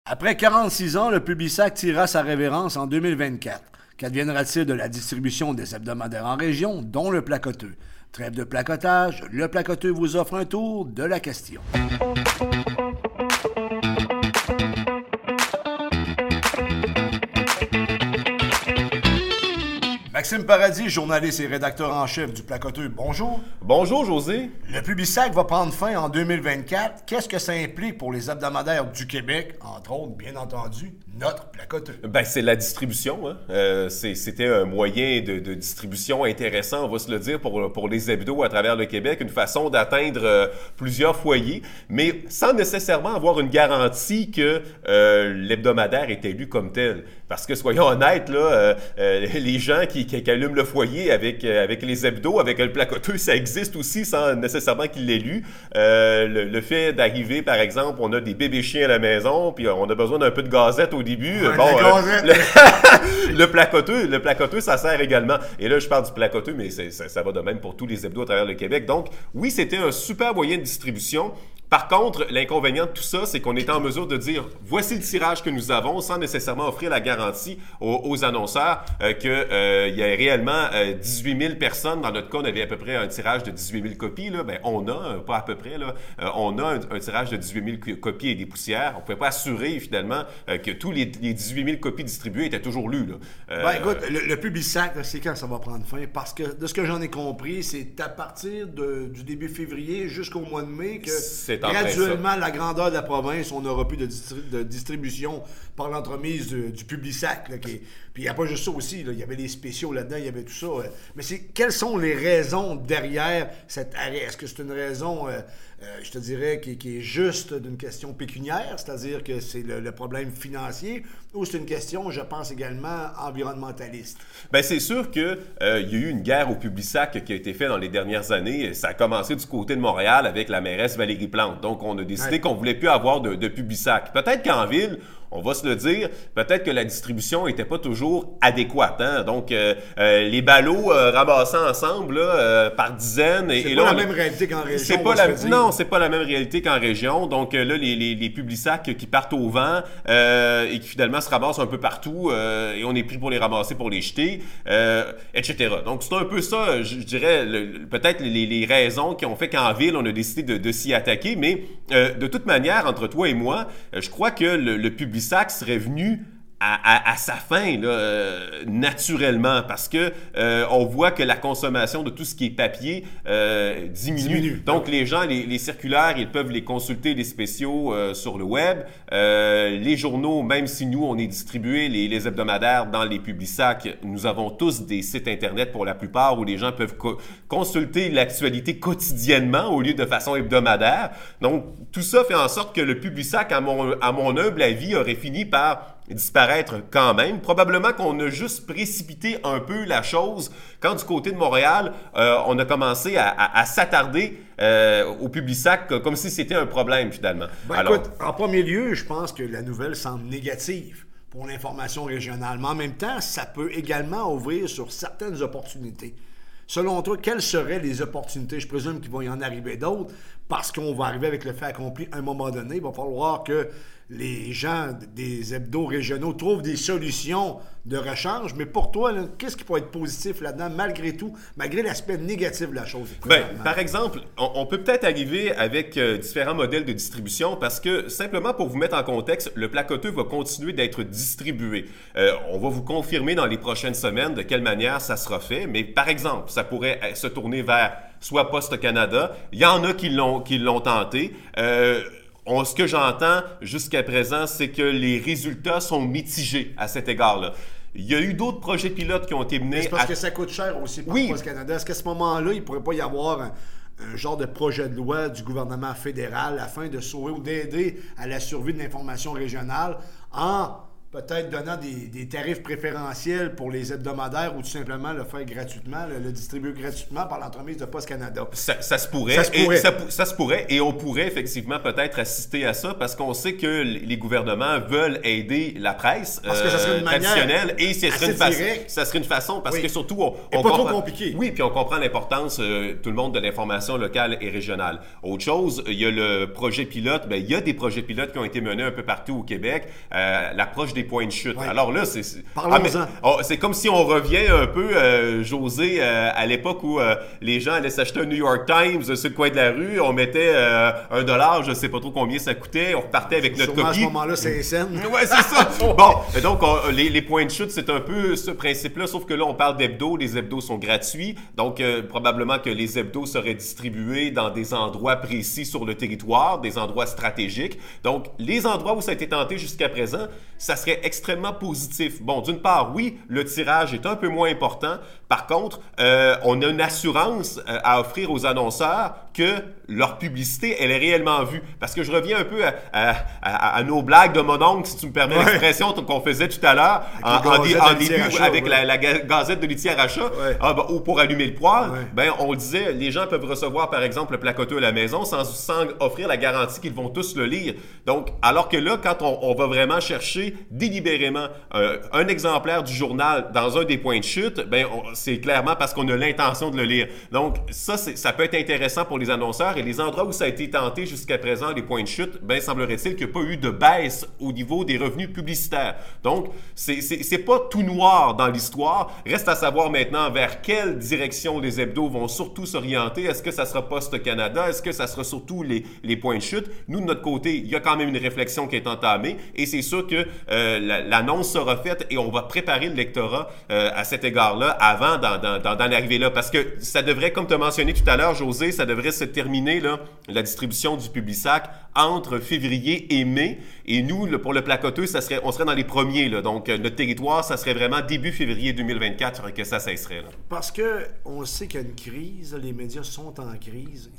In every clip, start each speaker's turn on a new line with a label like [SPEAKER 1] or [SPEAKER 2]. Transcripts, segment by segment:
[SPEAKER 1] Après 46 ans, le Publisac tira sa révérence en 2024. Qu'adviendra-t-il de la distribution des hebdomadaires en région, dont le Placoteux? Trêve de placotage, le Placoteux vous offre un tour de la question. Maxime Paradis, journaliste et rédacteur en chef du Placoteux, bonjour.
[SPEAKER 2] Bonjour José.
[SPEAKER 1] Le Publisac va prendre fin en 2024. Qu'est-ce que ça implique pour les hebdomadaires du Québec, entre autres, bien entendu, notre Placoteux?
[SPEAKER 2] Ben, c'est la distribution. Hein? C'était un moyen de distribution intéressant, on va se le dire, pour les hebdos à travers le Québec, une façon d'atteindre plusieurs foyers, mais sans nécessairement avoir une garantie que l'hebdomadaire est élu comme tel. Parce que, soyons honnêtes, là, les gens qui allument le foyer avec les hebdos, avec le Placoteux, ça existe aussi sans nécessairement qu'ils l'aient lu. Le fait d'arriver, par exemple, on a des bébés chiens à la maison, puis on a besoin d'un peu de gazette au début.
[SPEAKER 1] Ouais,
[SPEAKER 2] le Placoteux, ça sert également. Et là, je parle du Placoteux, mais ça va de même pour tous les hebdos à travers le Québec. Donc, oui, c'était un super moyen de distribution. Par contre, l'inconvénient de tout ça, c'est qu'on était en mesure de dire voici le tirage que nous avons sans nécessairement offrir la garantie aux annonceurs qu'il y a réellement 18 000 personnes. Dans notre cas, on avait à peu près un tirage de 18 000 copies. Là. Ben, on a, pas à peu près, là, on a un tirage de 18 000 copies et des poussières. On ne pouvait pas assurer finalement que tous les 18 000 copies distribuées étaient toujours lues.
[SPEAKER 1] Ben, écoute, le Publisac, c'est quand ça va prendre fin? Parce que de ce que j'en ai compris, c'est à partir du début février jusqu'au mois de mai que graduellement, la grandeur de la province, on n'aura plus de distribution par l'entremise du Publisac. Là, puis il n'y a pas juste ça aussi. Là, il y avait des spéciaux là-dedans, il y avait tout ça. Mais quelles sont les raisons derrière cet arrêt? Est-ce que c'est une raison, je te dirais, qui est juste d'une question pécuniaire, c'est-à-dire que c'est le problème financier, ou c'est une question, je pense, également environnementaliste?
[SPEAKER 2] Bien, c'est sûr qu'il y a eu une guerre au Publisac qui a été faite dans les dernières années. Ça a commencé du côté de Montréal avec la mairesse Valérie Plante. Donc, on a décidé qu'on ne voulait plus avoir de Publisac. Peut-être qu'en ville, on va se le dire, peut-être que la distribution n'était pas toujours adéquate. Hein? Donc, les ballots ramassés ensemble là, par dizaines.
[SPEAKER 1] C'est pas la même réalité qu'en région.
[SPEAKER 2] Non, c'est pas la même réalité qu'en région. Donc là, les Publisacs qui partent au vent et qui finalement se ramassent un peu partout et on est pris pour les ramasser, pour les jeter, etc. Donc, c'est un peu ça, je dirais, peut-être les raisons qui ont fait qu'en ville, on a décidé de s'y attaquer. Mais de toute manière, entre toi et moi, je crois que le Publisac serait venu à sa fin là, naturellement parce que on voit que la consommation de tout ce qui est papier diminue. Donc les gens, les circulaires, ils peuvent les consulter, les spéciaux sur le web. Les journaux, même si nous on est distribués les hebdomadaires dans les Publisacs, nous avons tous des sites internet pour la plupart où les gens peuvent consulter l'actualité quotidiennement au lieu de façon hebdomadaire. Donc tout ça fait en sorte que le Publisac, à mon humble avis, aurait fini par disparaître quand même. Probablement qu'on a juste précipité un peu la chose quand du côté de Montréal, on a commencé à s'attarder au Publisac comme si c'était un problème finalement.
[SPEAKER 1] Écoute, en premier lieu, je pense que la nouvelle semble négative pour l'information régionale. Mais en même temps, ça peut également ouvrir sur certaines opportunités. Selon toi, quelles seraient les opportunités? Je présume qu'il va y en arriver d'autres parce qu'on va arriver avec le fait accompli à un moment donné. Il va falloir que les gens des hebdos régionaux trouvent des solutions de rechange. Mais pour toi, là, qu'est-ce qui peut être positif là-dedans, malgré tout, malgré l'aspect négatif de la chose?
[SPEAKER 2] Bien, par exemple, on peut peut-être arriver avec différents modèles de distribution parce que, simplement pour vous mettre en contexte, le Placoteux va continuer d'être distribué. On va vous confirmer dans les prochaines semaines de quelle manière ça sera fait. Mais par exemple, ça pourrait se tourner vers soit Poste Canada. Il y en a qui l'ont tenté. Ce que j'entends jusqu'à présent, c'est que les résultats sont mitigés à cet égard-là. Il y a eu d'autres projets pilotes qui ont été menés.
[SPEAKER 1] C'est parce que ça coûte cher aussi pour Poste Canada. Est-ce qu'à ce moment-là, il ne pourrait pas y avoir un genre de projet de loi du gouvernement fédéral afin de sauver ou d'aider à la survie de l'information régionale en peut-être donnant des tarifs préférentiels pour les hebdomadaires ou tout simplement le faire gratuitement, le distribuer gratuitement par l'entremise de Poste Canada.
[SPEAKER 2] Ça se pourrait. Ça se pourrait. Et on pourrait effectivement peut-être assister à ça parce qu'on sait que les gouvernements veulent aider la presse
[SPEAKER 1] parce que ça serait une
[SPEAKER 2] traditionnelle et ça serait une façon parce que surtout on
[SPEAKER 1] pas
[SPEAKER 2] comprend,
[SPEAKER 1] trop compliqué.
[SPEAKER 2] Oui, puis on comprend l'importance tout le monde de l'information locale et régionale. Autre chose, il y a le projet pilote. Il y a des projets pilotes qui ont été menés un peu partout au Québec. L'approche des points de chute.
[SPEAKER 1] Oui.
[SPEAKER 2] Alors là, c'est comme si on revient un peu, José, à l'époque où les gens allaient s'acheter un New York Times sur le coin de la rue, on mettait $1, je ne sais pas trop combien ça coûtait, on repartait avec notre copie.
[SPEAKER 1] À ce moment-là, c'est SN.
[SPEAKER 2] Oui, c'est ça. Bon, donc les points de chute, c'est un peu ce principe-là, sauf que là, on parle d'hebdos. Les hebdos sont gratuits, donc probablement que les hebdos seraient distribués dans des endroits précis sur le territoire, des endroits stratégiques. Donc, les endroits où ça a été tenté jusqu'à présent, ça serait extrêmement positif. Bon, d'une part, oui, le tirage est un peu moins important. Par contre, on a une assurance à offrir aux annonceurs que leur publicité, elle est réellement vue. Parce que je reviens un peu à nos blagues de mon oncle, si tu me permets l'expression qu'on faisait tout à l'heure, en début, avec la gazette de litière achat, ou pour allumer le poêle, on le disait, les gens peuvent recevoir, par exemple, le placoteux à la maison sans offrir la garantie qu'ils vont tous le lire. Donc, alors que là, quand on va vraiment chercher délibérément un exemplaire du journal dans un des points de chute, c'est clairement parce qu'on a l'intention de le lire. Donc, ça peut être intéressant pour les annonceurs et les endroits où ça a été tenté jusqu'à présent, les points de chute, semblerait-il qu'il n'y a pas eu de baisse au niveau des revenus publicitaires. Donc, c'est pas tout noir dans l'histoire. Reste à savoir maintenant vers quelle direction les hebdos vont surtout s'orienter. Est-ce que ça sera Poste Canada? Est-ce que ça sera surtout les points de chute? Nous, de notre côté, il y a quand même une réflexion qui est entamée et c'est sûr que l'annonce sera faite et on va préparer le lectorat à cet égard-là avant d'en arriver là. Parce que ça devrait, comme tu as mentionné tout à l'heure, José, ça devrait se terminer, là, la distribution du Publisac entre février et mai. Et nous, pour le placoteux, on serait dans les premiers. Là. Donc, notre territoire, ça serait vraiment début février 2024 que ça cesserait. Là.
[SPEAKER 1] Parce qu'on sait qu'il y a une crise. Les médias sont en crise.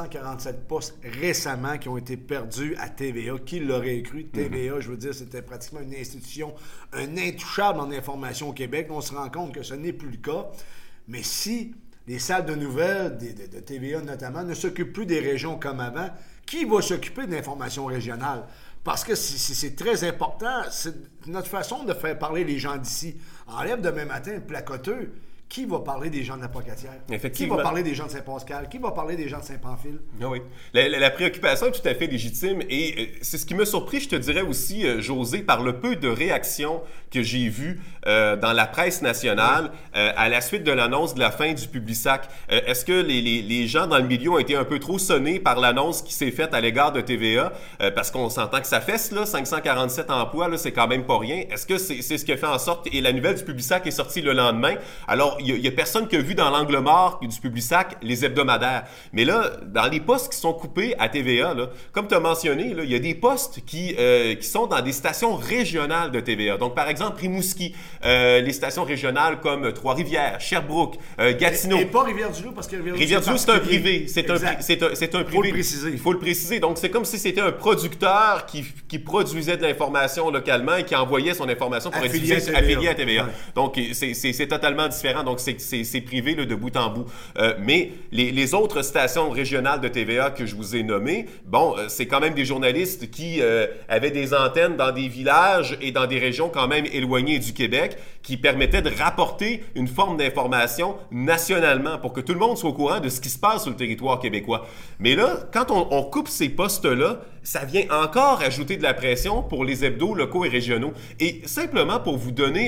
[SPEAKER 1] 547 postes récemment qui ont été perdus à TVA. Qui l'aurait cru? TVA, je veux dire, c'était pratiquement une institution, un intouchable en information au Québec. On se rend compte que ce n'est plus le cas. Mais si les salles de nouvelles, de TVA notamment, ne s'occupent plus des régions comme avant, qui va s'occuper de l'information régionale? Parce que c'est très important. C'est notre façon de faire parler les gens d'ici. Enlève demain matin le placoteux. Qui va parler des gens de la Pocatière?
[SPEAKER 2] Effectivement.
[SPEAKER 1] Qui va parler des gens de Saint-Pascal? Qui va parler des gens de Saint-Pamphile?
[SPEAKER 2] Ah oui. La préoccupation est tout à fait légitime et c'est ce qui m'a surpris, je te dirais aussi, José, par le peu de réactions que j'ai vues dans la presse nationale à la suite de l'annonce de la fin du Publisac. Est-ce que les gens dans le milieu ont été un peu trop sonnés par l'annonce qui s'est faite à l'égard de TVA? Parce qu'on s'entend que ça fesse, là, 547 emplois, là, c'est quand même pas rien. Est-ce que c'est ce qui a fait en sorte... Et la nouvelle du Publisac est sortie le lendemain. Alors, il y a personne qui a vu dans l'angle mort du Publisac les hebdomadaires. Mais là, dans les postes qui sont coupés à TVA, là, comme tu as mentionné, là, il y a des postes qui sont dans des stations régionales de TVA. Donc, par exemple, Rimouski, les stations régionales comme Trois-Rivières, Sherbrooke, Gatineau.
[SPEAKER 1] Et pas Rivière-du-Loup, parce que
[SPEAKER 2] Rivière-du-Loup, c'est un privé. C'est un privé.
[SPEAKER 1] Il faut le préciser.
[SPEAKER 2] Il faut le préciser. Donc, c'est comme si c'était un producteur qui produisait de l'information localement et qui envoyait son information pour être affilié à TVA. Ouais. Donc, c'est totalement différent. Donc, c'est privé là, de bout en bout. Mais les autres stations régionales de TVA que je vous ai nommées, c'est quand même des journalistes qui avaient des antennes dans des villages et dans des régions quand même éloignées du Québec qui permettaient de rapporter une forme d'information nationalement pour que tout le monde soit au courant de ce qui se passe sur le territoire québécois. Mais là, quand on coupe ces postes-là, ça vient encore ajouter de la pression pour les hebdos locaux et régionaux. Et simplement pour vous donner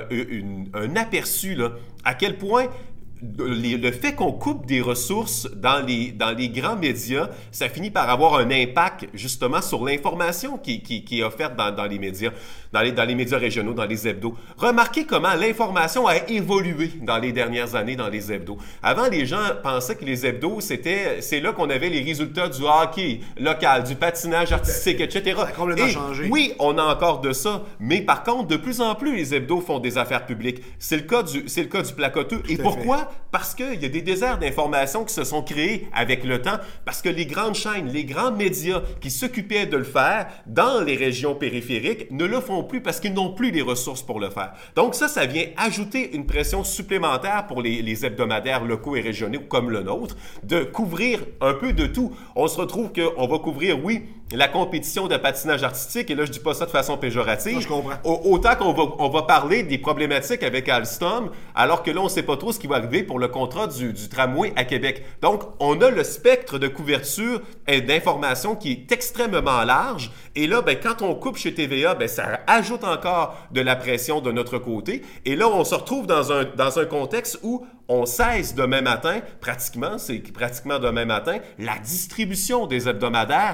[SPEAKER 2] un aperçu là, à quel point le fait qu'on coupe des ressources dans les grands médias, ça finit par avoir un impact justement sur l'information qui est offerte dans les médias, dans les médias régionaux, dans les hebdos. Remarquez comment l'information a évolué dans les dernières années dans les hebdos. Avant, les gens pensaient que les hebdos, c'est là qu'on avait les résultats du hockey local, du patinage artistique, etc.
[SPEAKER 1] Ça a complètement changé.
[SPEAKER 2] Oui, on a encore de ça, mais par contre, de plus en plus, les hebdos font des affaires publiques. C'est le cas du placoteux. Et pourquoi? Pourquoi? Parce qu'il y a des déserts d'information qui se sont créés avec le temps, parce que les grandes chaînes, les grands médias qui s'occupaient de le faire dans les régions périphériques ne le font plus parce qu'ils n'ont plus les ressources pour le faire. Donc ça vient ajouter une pression supplémentaire pour les hebdomadaires locaux et régionaux comme le nôtre, de couvrir un peu de tout. On se retrouve qu'on va couvrir, oui, la compétition de patinage artistique, et là, je dis pas ça de façon péjorative.
[SPEAKER 1] Non, je comprends.
[SPEAKER 2] Autant qu'on va parler des problématiques avec Alstom, alors que là, on ne sait pas trop ce qui va arriver pour le contrat du tramway à Québec. Donc, on a le spectre de couverture et d'information qui est extrêmement large. Et là, quand on coupe chez TVA, ça ajoute encore de la pression de notre côté. Et là, on se retrouve dans un contexte où on cesse demain matin, c'est pratiquement demain matin, la distribution des hebdomadaires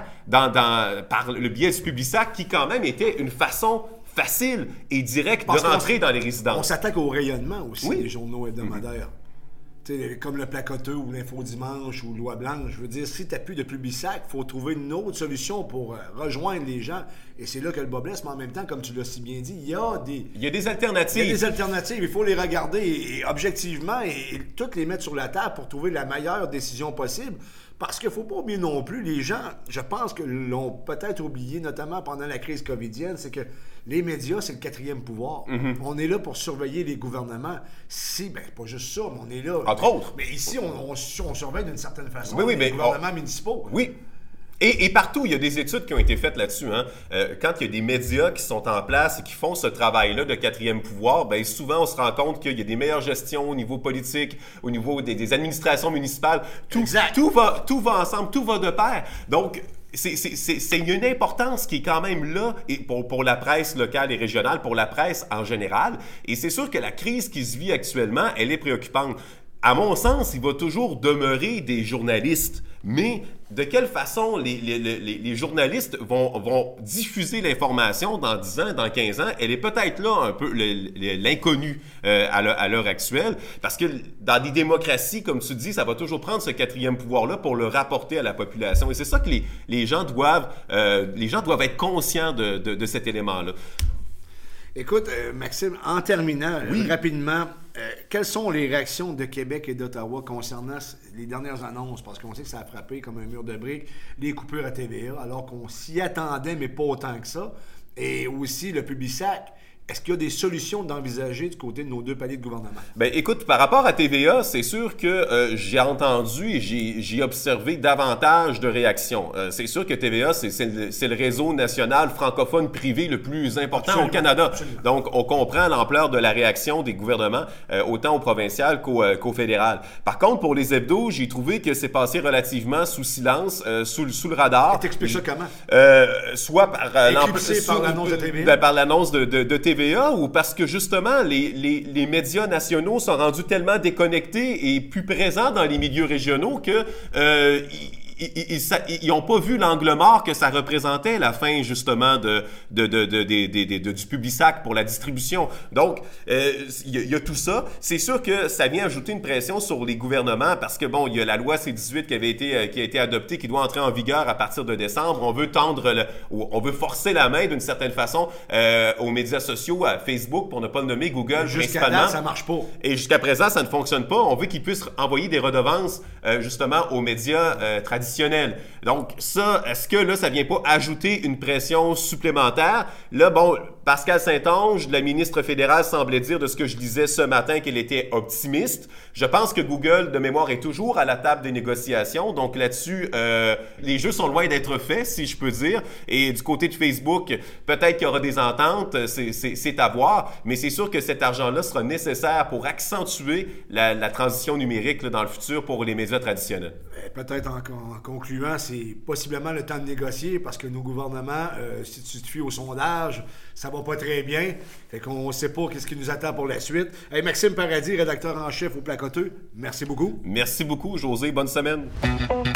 [SPEAKER 2] par le biais du Publisac, qui quand même était une façon facile et directe de rentrer dans les résidences.
[SPEAKER 1] On s'attaque au rayonnement aussi des journaux hebdomadaires. Comme le Placoteux ou l'Info-Dimanche ou Loi Blanche. Je veux dire, si tu n'as plus de Publisac, il faut trouver une autre solution pour rejoindre les gens. Et c'est là que le bas blesse, mais en même temps, comme tu l'as si bien dit, il y a des alternatives. Il y a des alternatives, il faut les regarder et objectivement et toutes les mettre sur la table pour trouver la meilleure décision possible. Parce qu'il ne faut pas oublier non plus, les gens, je pense que l'ont peut-être oublié, notamment pendant la crise covidienne, c'est que les médias, c'est le quatrième pouvoir. Mm-hmm. On est là pour surveiller les gouvernements. Pas juste ça, mais on est là.
[SPEAKER 2] Entre autres.
[SPEAKER 1] Mais ici, on surveille d'une certaine façon
[SPEAKER 2] les
[SPEAKER 1] gouvernements municipaux.
[SPEAKER 2] Oui. Et partout, il y a des études qui ont été faites là-dessus. Quand il y a des médias qui sont en place et qui font ce travail-là de quatrième pouvoir, souvent, on se rend compte qu'il y a des meilleures gestions au niveau politique, au niveau des administrations municipales. Tout va ensemble, tout va de pair. Donc, c'est une importance qui est quand même là pour la presse locale et régionale, pour la presse en général. Et c'est sûr que la crise qui se vit actuellement, elle est préoccupante. À mon sens, il va toujours demeurer des journalistes. Mais de quelle façon les journalistes vont diffuser l'information dans 10 ans, dans 15 ans? Elle est peut-être là un peu l'inconnu à l'heure actuelle. Parce que dans des démocraties, comme tu dis, ça va toujours prendre ce quatrième pouvoir-là pour le rapporter à la population. Et c'est ça que les gens doivent être conscients de cet élément-là.
[SPEAKER 1] Écoute, Maxime, en terminant, rapidement, quelles sont les réactions de Québec et d'Ottawa concernant les dernières annonces? Parce qu'on sait que ça a frappé comme un mur de briques les coupures à TVA, alors qu'on s'y attendait, mais pas autant que ça. Et aussi le Publisac. Est-ce qu'il y a des solutions d'envisager du côté de nos deux paliers de gouvernement?
[SPEAKER 2] Écoute, par rapport à TVA, c'est sûr que j'ai entendu et j'ai observé davantage de réactions. C'est sûr que TVA, c'est le réseau national francophone privé le plus important au Canada. Absolument. Donc, on comprend l'ampleur de la réaction des gouvernements, autant au provincial qu'au fédéral. Par contre, pour les hebdos, j'ai trouvé que c'est passé relativement sous silence, sous le radar.
[SPEAKER 1] Et t'expliques ça comment?
[SPEAKER 2] Soit par
[SPEAKER 1] l'annonce de TVA?
[SPEAKER 2] Par l'annonce de TVA, ou parce que justement les médias nationaux sont rendus tellement déconnectés et plus présents dans les milieux régionaux que ils n'ont pas vu l'angle mort que ça représentait la fin justement du Publisac pour la distribution. Donc, il y a tout ça. C'est sûr que ça vient ajouter une pression sur les gouvernements parce que, il y a la loi C-18 qui a été adoptée, qui doit entrer en vigueur à partir de décembre. On veut on veut forcer la main d'une certaine façon aux médias sociaux, à Facebook, pour ne pas le nommer, Google
[SPEAKER 1] principalement. Jusqu'à là, ça marche pas.
[SPEAKER 2] Et jusqu'à présent, ça ne fonctionne pas. On veut qu'ils puissent envoyer des redevances justement aux médias traditionnels. Donc ça, est-ce que là, ça vient pas ajouter une pression supplémentaire? Là, Pascale Saint-Onge, la ministre fédérale, semblait dire de ce que je disais ce matin qu'elle était optimiste. Je pense que Google, de mémoire, est toujours à la table des négociations. Donc là-dessus, les jeux sont loin d'être faits, si je peux dire. Et du côté de Facebook, peut-être qu'il y aura des ententes, c'est à voir. Mais c'est sûr que cet argent-là sera nécessaire pour accentuer la transition numérique là, dans le futur pour les médias traditionnels.
[SPEAKER 1] Peut-être en concluant, c'est possiblement le temps de négocier parce que nos gouvernements, si tu te fies au sondage, ça va pas très bien. Fait qu'on ne sait pas qu'est-ce qui nous attend pour la suite. Hey, Maxime Paradis, rédacteur en chef au Placoteux, merci beaucoup.
[SPEAKER 2] Merci beaucoup, José. Bonne semaine.